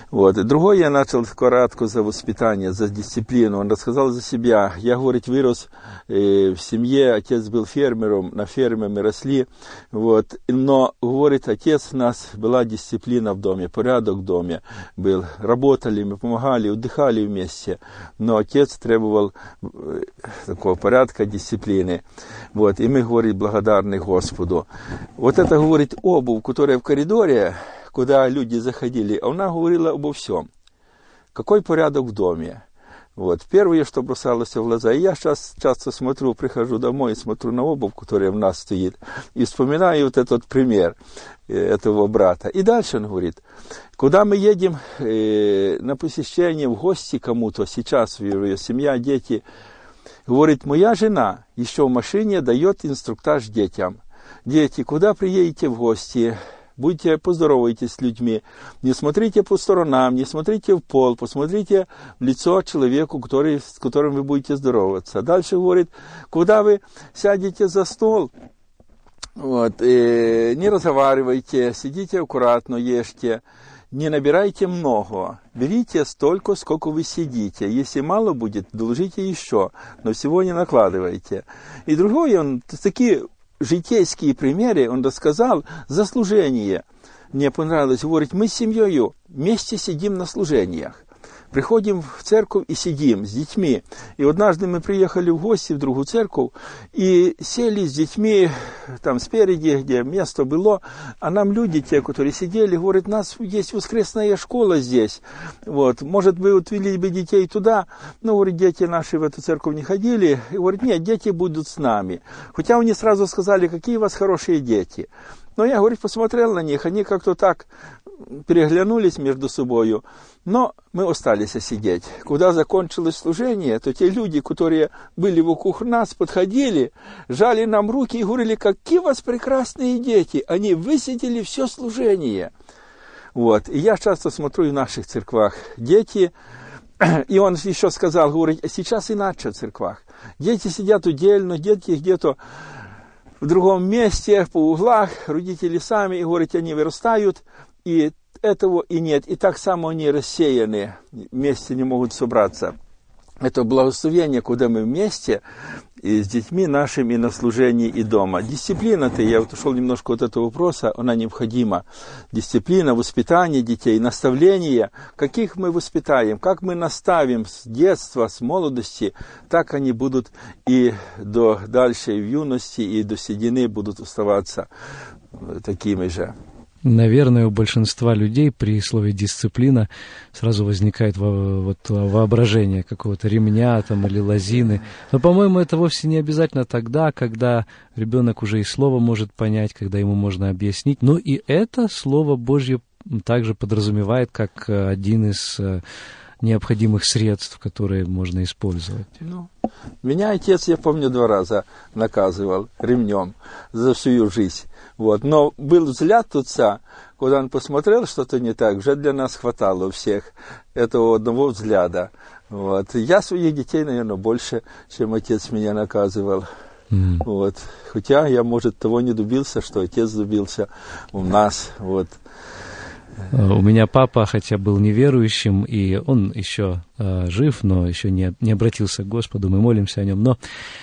Вот. И другой я начал коротко за воспитание, за дисциплину. Он рассказал за себя. Я, говорит, вырос э, в семье, отец был фермером, на ферме мы росли. Вот. Но, говорит, отец у нас, была дисциплина в доме, порядок в доме был. Работали, мы помогали, отдыхали вместе. Но отец требовал э, такого порядка, дисциплины. Вот. И мы, говорит, благодарны Господу. Вот это, говорит, обувь, которая в коридоре, куда люди заходили, она говорила обо всем. Какой порядок в доме. Вот. Первое, что бросалось в глаза. И я сейчас часто смотрю, прихожу домой и смотрю на обувь, которая у нас стоит, и вспоминаю вот этот пример этого брата. И дальше он говорит, куда мы едем э, на посещение, в гости кому-то, сейчас ее семья, дети, говорит, моя жена еще в машине дает инструктаж детям. Дети, куда приедете в гости? Будьте, поздоровайтесь с людьми, не смотрите по сторонам, не смотрите в пол, посмотрите в лицо человеку, который, с которым вы будете здороваться. Дальше говорит, куда вы сядете за стол, вот, и не разговаривайте, сидите аккуратно, ешьте, не набирайте много, берите столько, сколько вы сидите. Если мало будет, доложите еще, но всего не накладывайте. И другой, он такие житейские примеры, он рассказал за служение. Мне понравилось, говорит, мы с семьей вместе сидим на служениях. Приходим в церковь и сидим с детьми. И однажды мы приехали в гости в другую церковь и сели с детьми там спереди, где место было. А нам люди, те, которые сидели, говорят, у нас есть воскресная школа здесь. Вот, может, вы отвели бы детей туда. Но, говорит, дети наши в эту церковь не ходили. И говорит, нет, дети будут с нами. Хотя они сразу сказали, какие у вас хорошие дети. Но я, говорит, посмотрел на них, они как-то так переглянулись между собой, но мы остались сидеть. Когда закончилось служение, то те люди, которые были вокруг нас, подходили, жали нам руки и говорили, какие у вас прекрасные дети, они высидели все служение. Вот. И я часто смотрю в наших церквах, дети, и он еще сказал, говорит, сейчас иначе в церквах. Дети сидят удельно, дети где-то в другом месте, по углах, родители сами, и, говорит, они вырастают, и этого и нет. И так само они рассеяны, вместе не могут собраться. Это благословение, куда мы вместе и с детьми нашими на служении и дома. Дисциплина-то, я вот ушел немножко от этого вопроса, она необходима. Дисциплина, воспитание детей, наставление, каких мы воспитаем, как мы наставим с детства, с молодости, так они будут и до дальшей в юности, и до седины будут оставаться такими же. Наверное, у большинства людей при слове «дисциплина» сразу возникает во, вот, воображение какого-то ремня там, или лозины. Но, по-моему, это вовсе не обязательно тогда, когда ребенок уже и слово может понять, когда ему можно объяснить. Но и это Слово Божье также подразумевает как один из необходимых средств, которые можно использовать. Ну, меня отец, я помню, два раза наказывал ремнем за всю жизнь. Вот. Но был взгляд отца, когда он посмотрел, что-то не так, уже для нас хватало у всех этого одного взгляда. Вот. Я своих детей, наверное, больше, чем отец меня наказывал. Mm. Вот. Хотя я, может, того не добился, что отец добился у нас. Вот. У меня папа, хотя был неверующим, и он еще э, жив, но еще не, не обратился к Господу, мы молимся о нем, но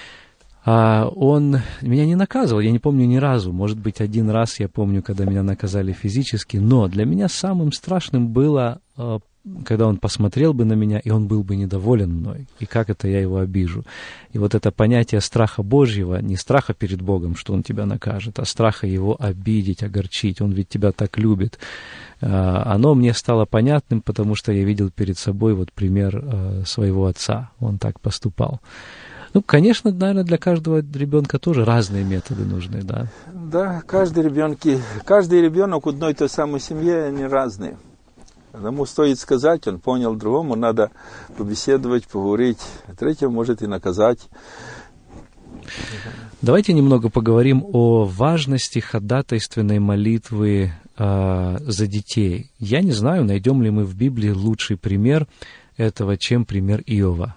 э, он меня не наказывал, я не помню ни разу, может быть, один раз я помню, когда меня наказали физически, но для меня самым страшным было, э, когда он посмотрел бы на меня, и он был бы недоволен мной, и как это я его обижу. И вот это понятие страха Божьего, не страха перед Богом, что он тебя накажет, а страха его обидеть, огорчить, он ведь тебя так любит, оно мне стало понятным, потому что я видел перед собой вот пример своего отца, он так поступал. Ну, конечно, наверное, для каждого ребенка тоже разные методы нужны, да? Да, каждый ребенки, каждый ребенок в одной и той самой семье, они разные. Одному стоит сказать, он понял, другому надо побеседовать, поговорить, третьему может и наказать. Давайте немного поговорим о важности ходатайственной молитвы э, за детей. Я не знаю, найдем ли мы в Библии лучший пример этого, чем пример Иова.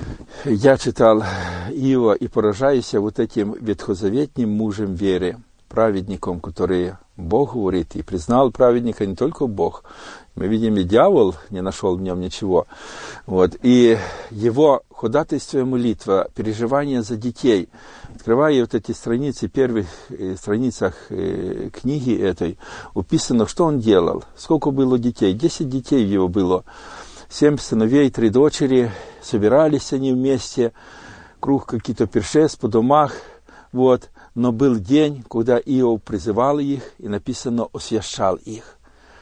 Я читал Иова и поражаюсь вот этим ветхозаветным мужем веры. праведником, который Бог говорит, и признал праведника не только Бог. Мы видим, и дьявол не нашел в нем ничего. Вот. И его ходатайство и молитва, переживание за детей. Открывая вот эти страницы, первых э, страницах э, книги этой, уписано, что он делал, сколько было детей. Десять детей его было. Семь сыновей, три дочери. Собирались они вместе, круг какие-то пиршеств по домах. Вот. Но был день, когда Иов призывал их, и написано, освящал их.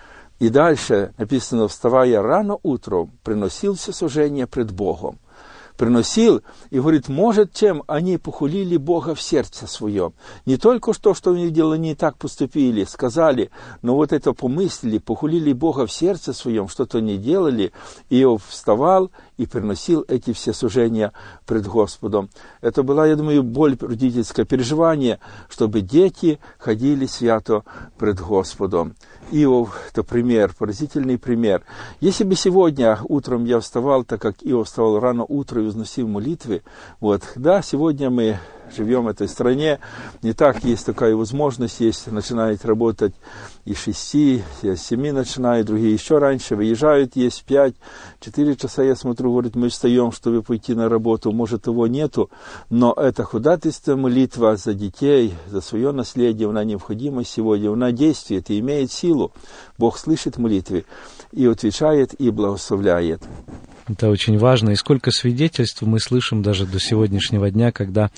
И дальше написано, вставая рано утром, приносил все служение пред Богом. Приносил и говорит, может, чем они похулили Бога в сердце своем. Не только что, что они делали, не так поступили, сказали, но вот это помыслили, похулили Бога в сердце своем, что-то не делали. Иов вставал и приносил эти все служения пред Господом. Это была, я думаю, боль родительское переживание, чтобы дети ходили свято пред Господом. Иов – это пример, поразительный пример. Если бы сегодня утром я вставал, так как Иов вставал рано утром и возносил молитвы, вот, да, сегодня мы живем в этой стране, не так есть такая возможность, есть, начинает работать и с шести, и с семи начинают, другие еще раньше выезжают, есть пять, четыре часа, я смотрю, говорит, мы встаем, чтобы пойти на работу, может, его нету, но это ходатайство, молитва за детей, за свое наследие, она необходима сегодня, она действует и имеет силу. Бог слышит молитвы и отвечает, и благословляет. Это очень важно. И сколько свидетельств мы слышим даже до сегодняшнего дня, когда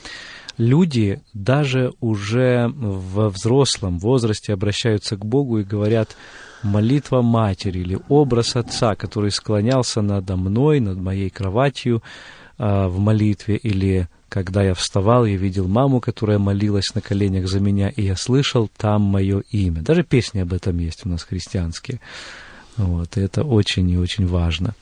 люди даже уже во взрослом возрасте обращаются к Богу и говорят, молитва матери или образ отца, который склонялся надо мной, над моей кроватью э, в молитве, или когда я вставал, я видел маму, которая молилась на коленях за меня, и я слышал там мое имя. Даже песни об этом есть у нас христианские. Вот, и это очень и очень важно.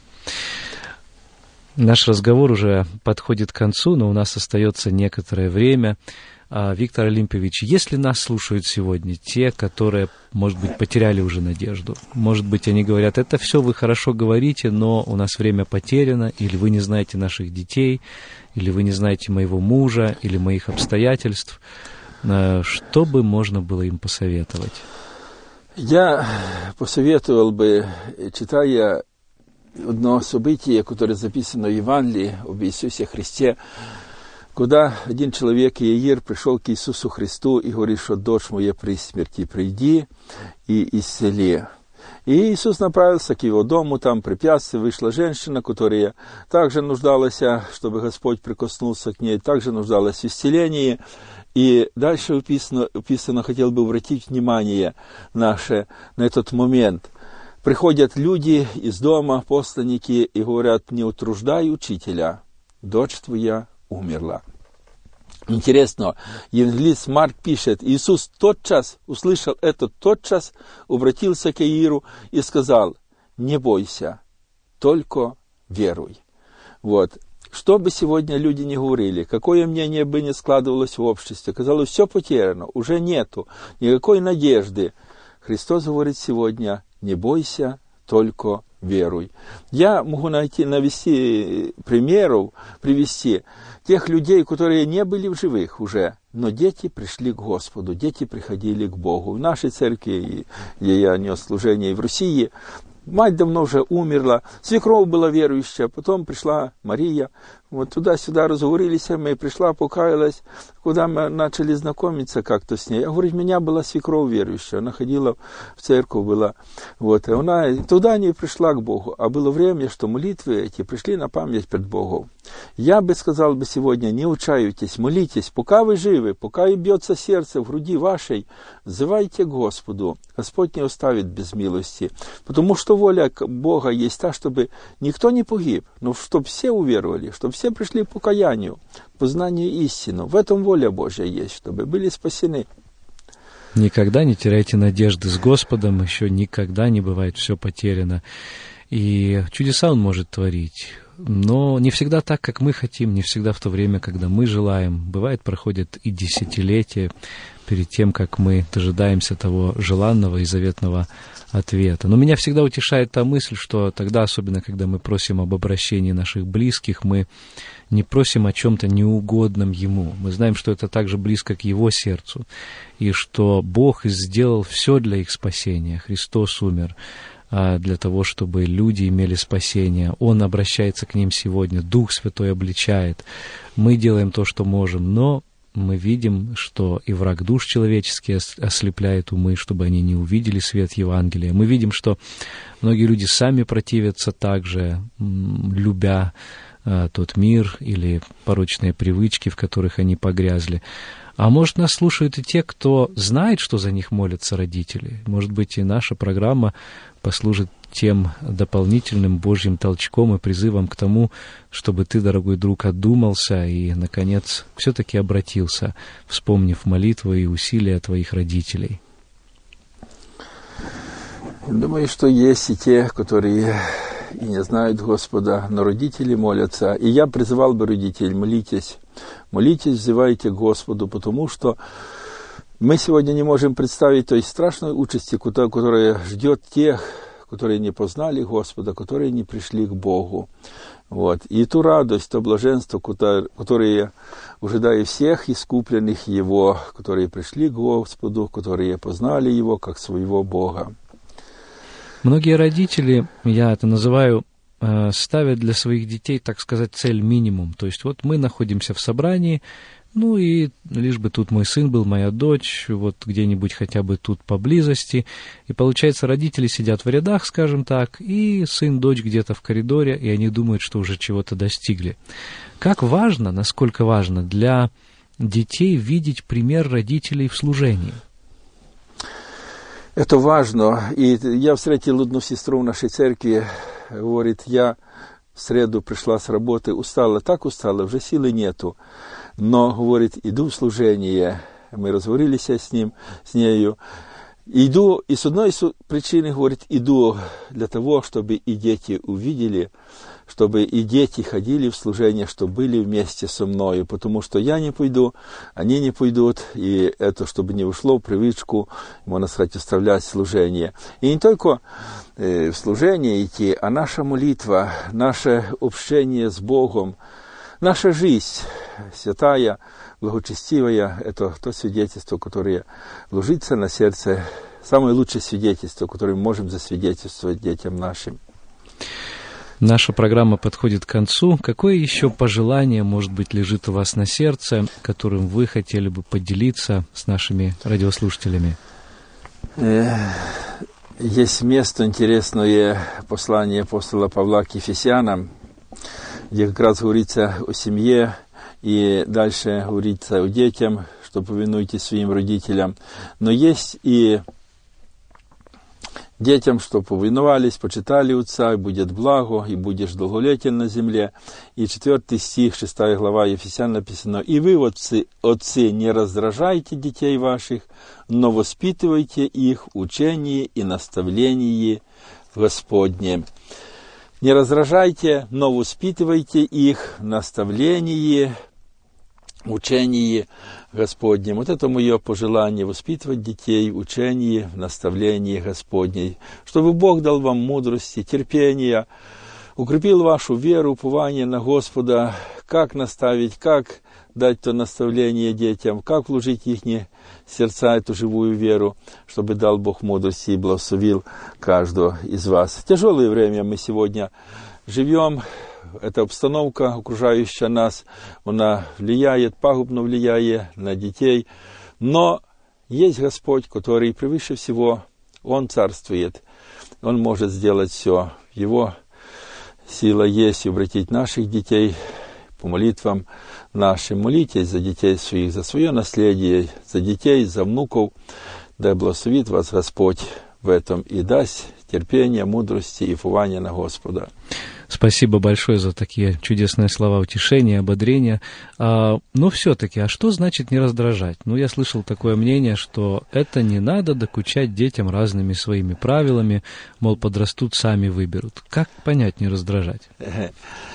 Наш разговор уже подходит к концу, но у нас остается некоторое время. Виктор Олимпиевич, если нас слушают сегодня те, которые, может быть, потеряли уже надежду, может быть, они говорят, это все вы хорошо говорите, но у нас время потеряно, или вы не знаете наших детей, или вы не знаете моего мужа, или моих обстоятельств, что бы можно было им посоветовать? Я посоветовал бы, читая одно событие, которое записано в Евангелии об Иисусе Христе, когда один человек, Иаир, пришел к Иисусу Христу и говорит, что дочь моя при смерти, приди и исцели. И Иисус направился к его дому, там препятствие, вышла женщина, которая также нуждалась, чтобы Господь прикоснулся к ней, также нуждалась в исцелении. И дальше написано, написано, хотел бы обратить внимание наше на этот момент. Приходят люди из дома, посланники, и говорят, не утруждай учителя, дочь твоя умерла. Интересно, евангелист Марк пишет, Иисус тотчас услышал это, тотчас обратился к Иаиру и сказал, не бойся, только веруй. Вот. Что бы сегодня люди не говорили, какое мнение бы ни складывалось в обществе, казалось, все потеряно, уже нету никакой надежды. Христос говорит сегодня, не бойся, только веруй. Я могу найти, навести примеров, привести тех людей, которые не были в живых уже, но дети пришли к Господу, дети приходили к Богу. В нашей церкви, где я нес служение, и в России, мать давно уже умерла, свекровь была верующая, потом пришла Мария, вот туда-сюда разговорились мы, пришла, покаялась, куда мы начали знакомиться как-то с ней. Я говорю, у меня была свекровь верующая, она ходила в церковь, была, вот, и она туда не пришла к Богу, а было время, что молитвы эти пришли на память пред Богом. Я бы сказал бы сегодня, не учайтесь, молитесь, пока вы живы, пока и бьется сердце в груди вашей, взывайте к Господу, Господь не оставит без милости, потому что воля Бога есть та, чтобы никто не погиб, но чтобы все уверовали, чтобы все пришли к покаянию, к познанию истины. В этом воля Божья есть, чтобы были спасены. Никогда не теряйте надежды с Господом, еще никогда не бывает все потеряно. И чудеса Он может творить. но не всегда так, как мы хотим, не всегда в то время, когда мы желаем. Бывает, проходят и десятилетия перед тем, как мы дожидаемся того желанного и заветного ответа. Но меня всегда утешает та мысль, что тогда, особенно когда мы просим об обращении наших близких, мы не просим о чем-то неугодном Ему. Мы знаем, что это также близко к Его сердцу, и что Бог сделал все для их спасения. Христос умер для того, чтобы люди имели спасение. Он обращается к ним сегодня, Дух Святой обличает. Мы делаем то, что можем, но мы видим, что и враг душ человеческих ослепляет умы, чтобы они не увидели свет Евангелия. Мы видим, что многие люди сами противятся также, любя тот мир или порочные привычки, в которых они погрязли. А может, нас слушают и те, кто знает, что за них молятся родители. Может быть, и наша программа послужит тем дополнительным Божьим толчком и призывом к тому, чтобы ты, дорогой друг, одумался и, наконец, все-таки обратился, вспомнив молитву и усилия твоих родителей. Думаю, что есть и те, которые и не знают Господа, но родители молятся. И я призывал бы родителей: молитесь, молитесь, взывайте к Господу, потому что мы сегодня не можем представить той страшной участи, которая ждет тех, которые не познали Господа, которые не пришли к Богу. Вот. И ту радость, то блаженство, которое ожидает всех искупленных Его, которые пришли к Господу, которые познали Его как своего Бога. Многие родители, я это называю, ставят для своих детей, так сказать, цель минимум. То есть вот мы находимся в собрании, ну и лишь бы тут мой сын был, моя дочь, вот где-нибудь хотя бы тут поблизости. И получается, родители сидят в рядах, скажем так, и сын, дочь где-то в коридоре, и они думают, что уже чего-то достигли. Как важно, насколько важно для детей видеть пример родителей в служении? Это важно. И я встретил одну сестру в нашей церкви, говорит: я в среду пришла с работы, устала, так устала, уже силы нету. Но, говорит, иду в служение. Мы разговорились с ним, с нею. Иду, и с одной причины, говорит, иду для того, чтобы и дети увидели, чтобы и дети ходили в служение, чтобы были вместе со мною, потому что я не пойду, они не пойдут, и это, чтобы не ушло в привычку, можно сказать, оставлять служение. И не только э, в служение идти, а наша молитва, наше общение с Богом, наша жизнь святая, благочестивая, это то свидетельство, которое ложится на сердце, самое лучшее свидетельство, которое мы можем засвидетельствовать детям нашим. Наша программа подходит к концу. Какое еще пожелание, может быть, лежит у вас на сердце, которым вы хотели бы поделиться с нашими радиослушателями? Есть место интересное, послание апостола Павла к Ефесянам, где как раз говорится о семье, и дальше говорится о детях, что повинуйтесь своим родителям. Но есть и детям, что повиновались, почитали отца, и будет благо, и будешь долголетен на земле. И четвертый стих, шестая глава Ефесян написано: «И вы, отцы, отцы, не раздражайте детей ваших, но воспитывайте их в учении и наставлении в Господне». Не раздражайте, но воспитывайте их в наставлении, учении Господнем. Вот это мое пожелание: воспитывать детей в учении, в наставлении Господней, чтобы Бог дал вам мудрости, терпения, укрепил вашу веру, упование на Господа, как наставить, как дать то наставление детям, как вложить в их сердца эту живую веру, чтобы дал Бог мудрости и благословил каждого из вас. В тяжелое время мы сегодня живем. Эта обстановка, окружающая нас, она влияет, пагубно влияет на детей. Но есть Господь, который превыше всего, Он царствует. Он может сделать все. Его сила есть обратить наших детей по молитвам нашим. Молитесь за детей своих, за свое наследие, за детей, за внуков. Да благословит вас Господь в этом и даст терпение, мудрости и упование на Господа. Спасибо большое за такие чудесные слова утешения, ободрения. А, но все-таки, а что значит не раздражать? Ну, я слышал такое мнение, что это не надо докучать детям разными своими правилами, мол, подрастут, сами выберут. Как понять не раздражать?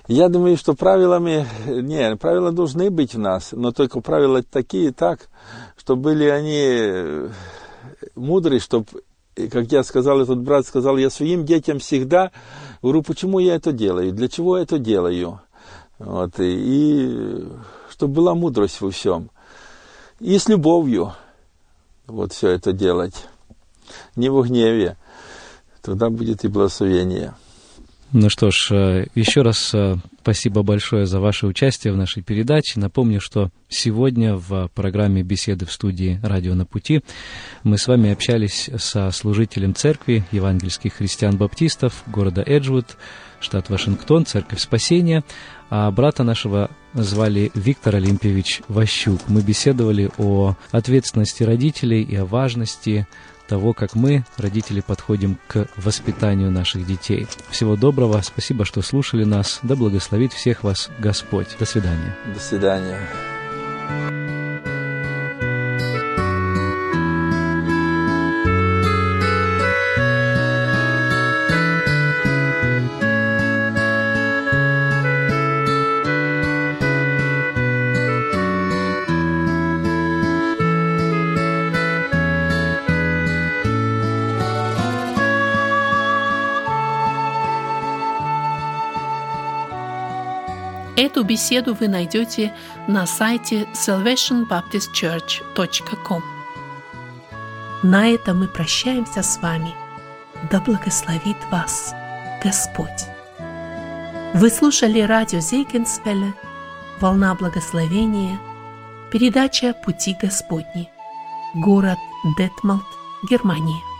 Я думаю, что правилами... Не, правила должны быть у нас, но только правила такие так, чтобы были они мудрые, чтобы, как я сказал, этот брат сказал, я своим детям всегда говорю, почему я это делаю, для чего я это делаю. Вот, и, и чтобы была мудрость во всем. И с любовью вот все это делать. Не в гневе. Тогда будет и благословение. Ну что ж, еще раз спасибо большое за ваше участие в нашей передаче. Напомню, что сегодня в программе «Беседы в студии «Радио на пути» мы с вами общались со служителем церкви евангельских христиан-баптистов города Эджвуд, штат Вашингтон, Церковь Спасения. А брата нашего звали Виктор Олимпиевич Ващук. Мы беседовали о ответственности родителей и о важности того, как мы, родители, подходим к воспитанию наших детей. Всего доброго, спасибо, что слушали нас. Да благословит всех вас Господь. До свидания. До свидания. Эту беседу вы найдете на сайте salvation baptist church точка ком. На этом мы прощаемся с вами. Да благословит вас Господь. Вы слушали радио Зейгенсвелле, «Волна благословения», передача «Пути Господни», город Детмолд, Германия.